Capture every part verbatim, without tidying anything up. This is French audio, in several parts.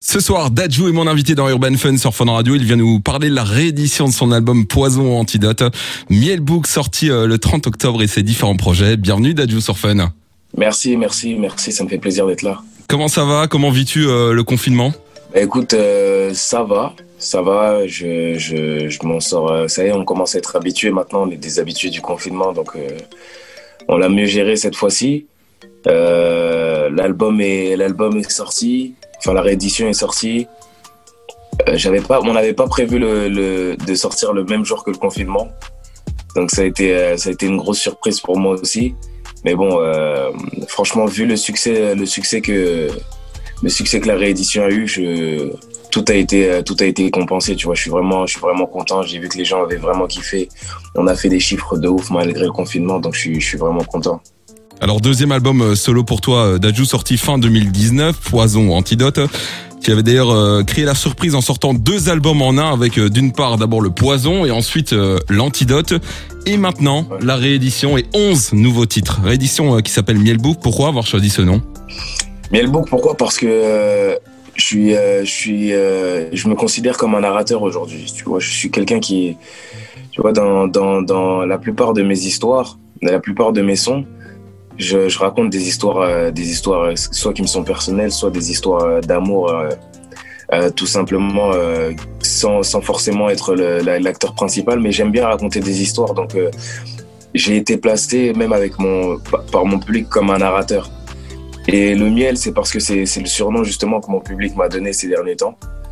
Ce soir, Dadju est mon invité dans Urban Fun sur Fun Radio. Il vient nous parler de la réédition de son album Poison ou Antidote. Miel Book sorti le trente octobre et ses différents projets. Bienvenue Dadju sur Fun. Merci, merci, merci. Ça me fait plaisir d'être là. Comment ça va? Comment vis-tu euh, le confinement? Bah, écoute, euh, ça va, ça va. Je, je, je m'en sors. Ça y est, on commence à être habitué maintenant. On est des habitués du confinement, donc euh, on l'a mieux géré cette fois-ci. Euh, l'album est, l'album est sorti. Enfin, la réédition est sortie. Euh, j'avais pas, on n'avait pas prévu le, le, de sortir le même jour que le confinement. Donc ça a été, euh, ça a été une grosse surprise pour moi aussi. Mais bon, euh, franchement, vu le succès, le succès que, le succès que la réédition a eu, je, tout a été, tout a été compensé. Tu vois, je suis vraiment, je suis vraiment content. J'ai vu que les gens avaient vraiment kiffé. On a fait des chiffres de ouf malgré le confinement, donc je suis, je suis vraiment content. Alors deuxième album solo pour toi, Dadju, sorti fin deux mille dix-neuf, Poison ou Antidote. Tu avais d'ailleurs euh, créé la surprise en sortant deux albums en un avec euh, d'une part d'abord le Poison et ensuite euh, l'Antidote. Et maintenant, ouais. La réédition et onze nouveaux titres. Réédition euh, qui s'appelle Miel Book. Pourquoi avoir choisi ce nom? Miel Book, pourquoi? Parce que euh, je suis, euh, je suis, euh, je me considère comme un narrateur aujourd'hui. Tu vois, je suis quelqu'un qui, tu vois, dans, dans, dans la plupart de mes histoires, dans la plupart de mes sons, Je, je raconte des histoires, euh, des histoires euh, soit qui me sont personnelles, soit des histoires euh, d'amour, euh, euh, tout simplement, euh, sans, sans forcément être le, la, l'acteur principal. Mais j'aime bien raconter des histoires, donc euh, j'ai été placé, même avec mon, par mon public, comme un narrateur. Et le miel, c'est parce que c'est, c'est le surnom justement que mon public m'a donné ces derniers temps.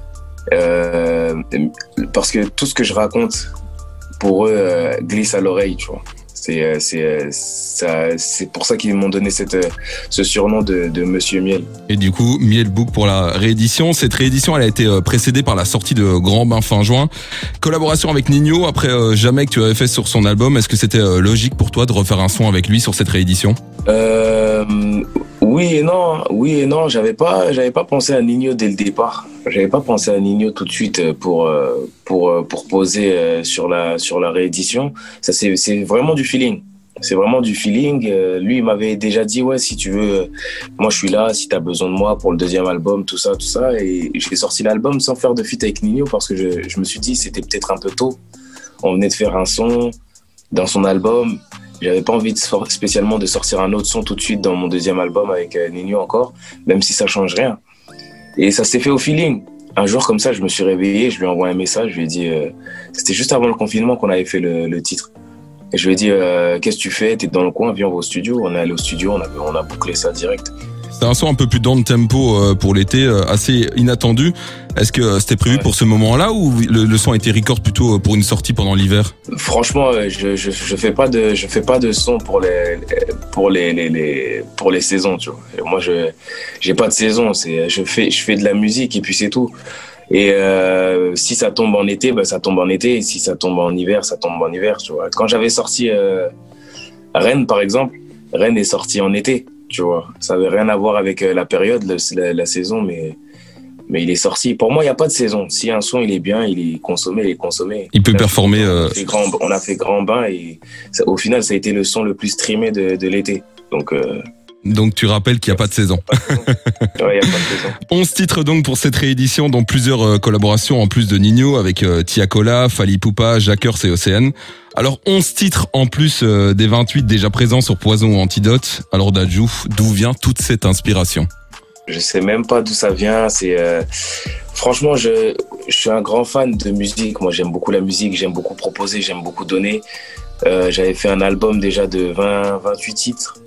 Euh, parce que tout ce que je raconte, pour eux, euh, glisse à l'oreille, tu vois. C'est, c'est, ça, c'est pour ça qu'ils m'ont donné cette, ce surnom de, de Monsieur Miel. Et du coup, Miel Book pour la réédition. Cette réédition, elle a été précédée par la sortie de Grand Bain fin juin. Collaboration avec Ninho, après euh, Jamais que tu avais fait sur son album. Est-ce que c'était euh, logique pour toi de refaire un son avec lui sur cette réédition? euh, Oui et non. Oui et non. J'avais pas, j'avais pas pensé à Ninho dès le départ. J'avais pas pensé à Ninho tout de suite pour, pour, pour poser sur la, sur la réédition. Ça, c'est, c'est vraiment du feeling. C'est vraiment du feeling. Euh, lui, il m'avait déjà dit, ouais, si tu veux, euh, moi, je suis là, si t'as besoin de moi pour le deuxième album, tout ça, tout ça. Et j'ai sorti l'album sans faire de feat avec Ninho parce que je, je me suis dit, c'était peut-être un peu tôt. On venait de faire un son dans son album. J'avais pas envie de, spécialement de sortir un autre son tout de suite dans mon deuxième album avec euh, Ninho encore, même si ça change rien. Et ça s'est fait au feeling. Un jour, comme ça, je me suis réveillé, je lui ai envoyé un message, je lui ai dit, euh, c'était juste avant le confinement qu'on avait fait le, le titre. Et je lui ai dit, euh, qu'est-ce que tu fais? T'es dans le coin, viens, on va au studio. On est allé au studio, on a, on a bouclé ça direct. C'est un son un peu plus down tempo pour l'été, assez inattendu. Est-ce que c'était prévu ouais. pour ce moment-là ou le, le son a été record plutôt pour une sortie pendant l'hiver? Franchement, je, je, je fais pas de, je fais pas de son pour les, pour les, les, les, pour les saisons, tu vois. Moi, je, j'ai pas de saison. C'est, je fais, je fais de la musique et puis c'est tout. Et euh, si ça tombe en été, ben ça tombe en été. Et si ça tombe en hiver, ça tombe en hiver, tu vois. Quand j'avais sorti euh, Rennes, par exemple, Rennes est sorti en été. Tu vois, ça avait rien à voir avec la période, la, la saison, mais, mais il est sorti. Pour moi, il n'y a pas de saison. Si un son, il est bien, il est consommé, il est consommé. Il peut Là, performer. On a, euh... fait grand, on a fait Grand Bain et ça, au final, ça a été le son le plus streamé de, de l'été. Donc, euh... donc tu rappelles qu'il n'y a pas de saison. Ouais, il n'y a pas de saison. onze titres donc pour cette réédition, dont plusieurs euh, collaborations en plus de Ninho avec euh, Tiakola, Fally Ipupa, Jackers et Océane. Alors onze titres en plus euh, des vingt-huit déjà présents sur Poison ou Antidote. Alors Dadju, d'où vient toute cette inspiration? Je sais même pas d'où ça vient. C'est euh... franchement, je, je suis un grand fan de musique. Moi, j'aime beaucoup la musique, j'aime beaucoup proposer, j'aime beaucoup donner. Euh, j'avais fait un album déjà de vingt, vingt-huit titres.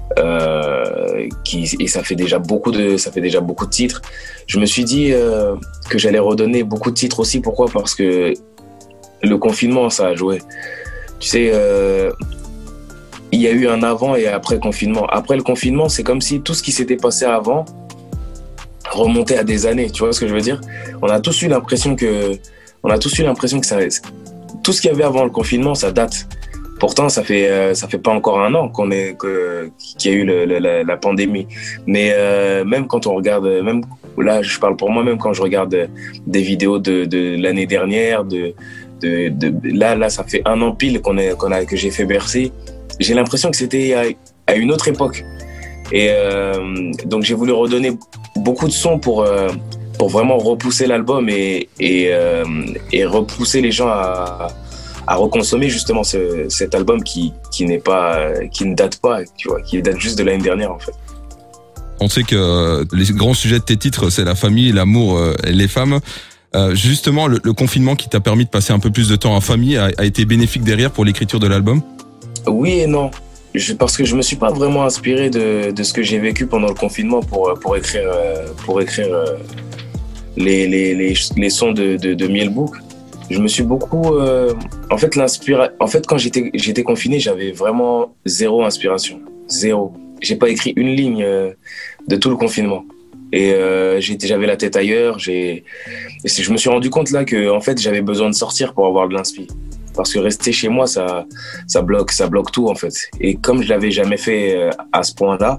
Euh, qui, et ça fait déjà beaucoup de ça fait déjà beaucoup de titres. Je me suis dit euh, que j'allais redonner beaucoup de titres aussi. Pourquoi? Parce que le confinement, ça a joué. Tu sais, euh, il y a eu un avant et après confinement. Après le confinement, c'est comme si tout ce qui s'était passé avant remontait à des années. Tu vois ce que je veux dire? On a tous eu l'impression que, on a tous eu l'impression que ça, tout ce qu'il y avait avant le confinement, ça date. Pourtant, ça fait euh, ça fait pas encore un an qu'on est que qu'il y a eu le, le, la, la pandémie. Mais euh, même quand on regarde, même là, je parle pour moi, même quand je regarde des vidéos de, de l'année dernière, de, de, de là là, ça fait un an pile qu'on est qu'on a que j'ai fait Bercy. J'ai l'impression que c'était à, à une autre époque. Et euh, donc j'ai voulu redonner beaucoup de sons pour euh, pour vraiment repousser l'album et, et, euh, et repousser les gens à, à reconsommer justement ce, cet album qui, qui, n'est pas, qui ne date pas, tu vois, qui date juste de l'année dernière en fait. On sait que les grands sujets de tes titres, c'est la famille, l'amour et les femmes. Euh, justement, le, le confinement qui t'a permis de passer un peu plus de temps en famille a, a été bénéfique derrière pour l'écriture de l'album? Oui et non. Je, parce que je me suis pas vraiment inspiré de, de ce que j'ai vécu pendant le confinement pour, pour écrire, pour écrire les, les, les, les sons de, de, de Miel Book. Je me suis beaucoup... Euh, en fait, l'inspira... en fait, quand j'étais, j'étais confiné, j'avais vraiment zéro inspiration. Zéro. J'ai pas écrit une ligne de tout le confinement. Et euh, j'étais, j'avais la tête ailleurs. J'ai... Et je me suis rendu compte là que en fait, j'avais besoin de sortir pour avoir de l'inspi. Parce que rester chez moi, ça, ça, bloque, ça bloque tout en fait. Et comme je l'avais jamais fait à ce point-là,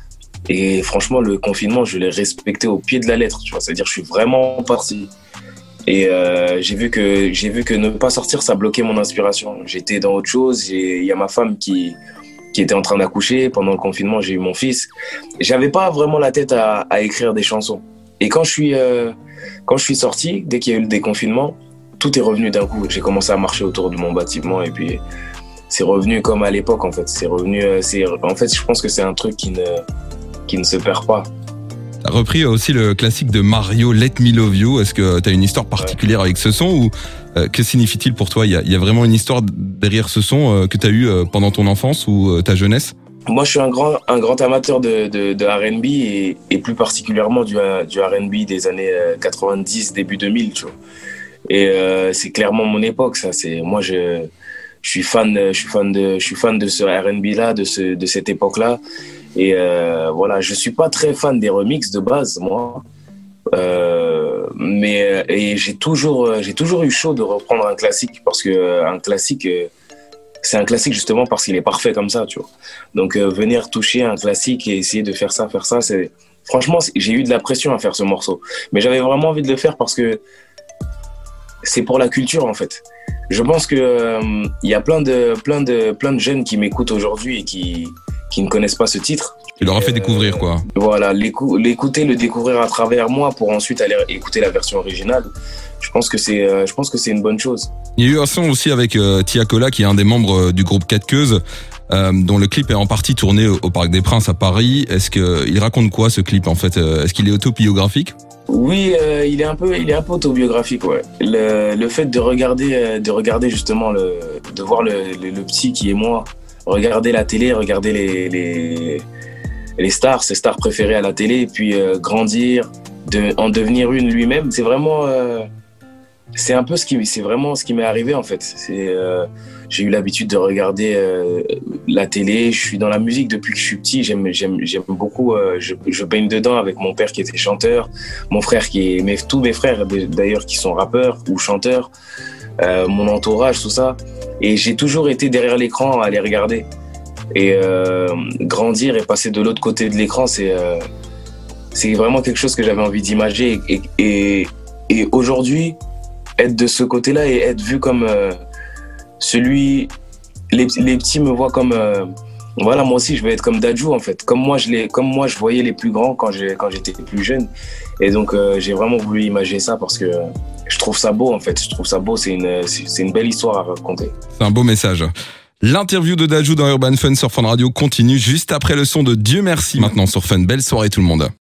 et franchement, le confinement, je l'ai respecté au pied de la lettre. Tu vois, c'est-à-dire, je suis vraiment parti. Et euh, j'ai vu que j'ai vu que ne pas sortir, ça bloquait mon inspiration. J'étais dans autre chose. Il y a ma femme qui qui était en train d'accoucher pendant le confinement. J'ai eu mon fils. J'avais pas vraiment la tête à, à écrire des chansons. Et quand je suis euh, quand je suis sorti, dès qu'il y a eu le déconfinement, tout est revenu d'un coup. J'ai commencé à marcher autour de mon bâtiment et puis c'est revenu comme à l'époque en fait. C'est revenu. C'est en fait, je pense que c'est un truc qui ne qui ne se perd pas. T'as repris aussi le classique de Mario, Let Me Love You. Est-ce que t'as une histoire particulière avec ce son ou euh, que signifie-t-il pour toi? Il y a, il y a vraiment une histoire derrière ce son euh, que t'as eu euh, pendant ton enfance ou euh, ta jeunesse? Moi, je suis un grand, un grand amateur de, de, de R and B et, et plus particulièrement du, du R and B des années quatre-vingt-dix, début deux mille, tu vois. Et euh, c'est clairement mon époque, ça. C'est moi, je, je suis fan, je suis fan de, je suis fan de ce R and B là, de ce, de cette époque-là. Et euh, voilà, je suis pas très fan des remixes de base, moi. Euh, mais et j'ai toujours, j'ai toujours eu chaud de reprendre un classique parce que un classique, c'est un classique justement parce qu'il est parfait comme ça, tu vois. Donc euh, venir toucher un classique et essayer de faire ça, faire ça, c'est franchement, j'ai eu de la pression à faire ce morceau. Mais j'avais vraiment envie de le faire parce que c'est pour la culture en fait. Je pense que il euh, y a plein de, plein de, plein de jeunes qui m'écoutent aujourd'hui et qui qui ne connaissent pas ce titre. Tu leur as fait euh, découvrir quoi. Voilà, l'écou- l'écouter, le découvrir à travers moi pour ensuite aller écouter la version originale. Je pense que c'est, euh, je pense que c'est une bonne chose. Il y a eu un son aussi avec euh, Tiakola qui est un des membres euh, du groupe quatre Queues, euh, dont le clip est en partie tourné au, au Parc des Princes à Paris. Est-ce que il raconte quoi ce clip en fait? Est-ce qu'il est autobiographique? Oui, euh, il est un peu, il est un peu autobiographique, ouais. Le, le fait de regarder, euh, de regarder justement le, de voir le, le, le petit qui est moi. Regarder la télé, regarder les, les, les stars, ses stars préférées à la télé, et puis euh, grandir, de, en devenir une lui-même. C'est vraiment, euh, c'est un peu ce qui, c'est vraiment ce qui m'est arrivé en fait. C'est, euh, j'ai eu l'habitude de regarder euh, la télé. Je suis dans la musique depuis que je suis petit. J'aime, j'aime, j'aime beaucoup. Euh, je, je baigne dedans avec mon père qui était chanteur, mon frère qui est, mais tous mes frères d'ailleurs qui sont rappeurs ou chanteurs. Euh, mon entourage, tout ça. Et j'ai toujours été derrière l'écran à les regarder. Et euh, grandir et passer de l'autre côté de l'écran, c'est, euh, c'est vraiment quelque chose que j'avais envie d'imager. Et, et, et aujourd'hui, être de ce côté-là et être vu comme euh, celui... Les, les petits me voient comme... Euh, voilà, moi aussi, je vais être comme Dadju, en fait. Comme moi, je, les, comme moi, je voyais les plus grands quand, j'ai, quand j'étais plus jeune. Et donc, euh, j'ai vraiment voulu imager ça parce que je trouve ça beau, en fait. Je trouve ça beau. C'est une, c'est une belle histoire à raconter. C'est un beau message. L'interview de Dadju dans Urban Fun sur Fun Radio continue juste après le son de Dieu merci. Maintenant sur Fun. Belle soirée tout le monde.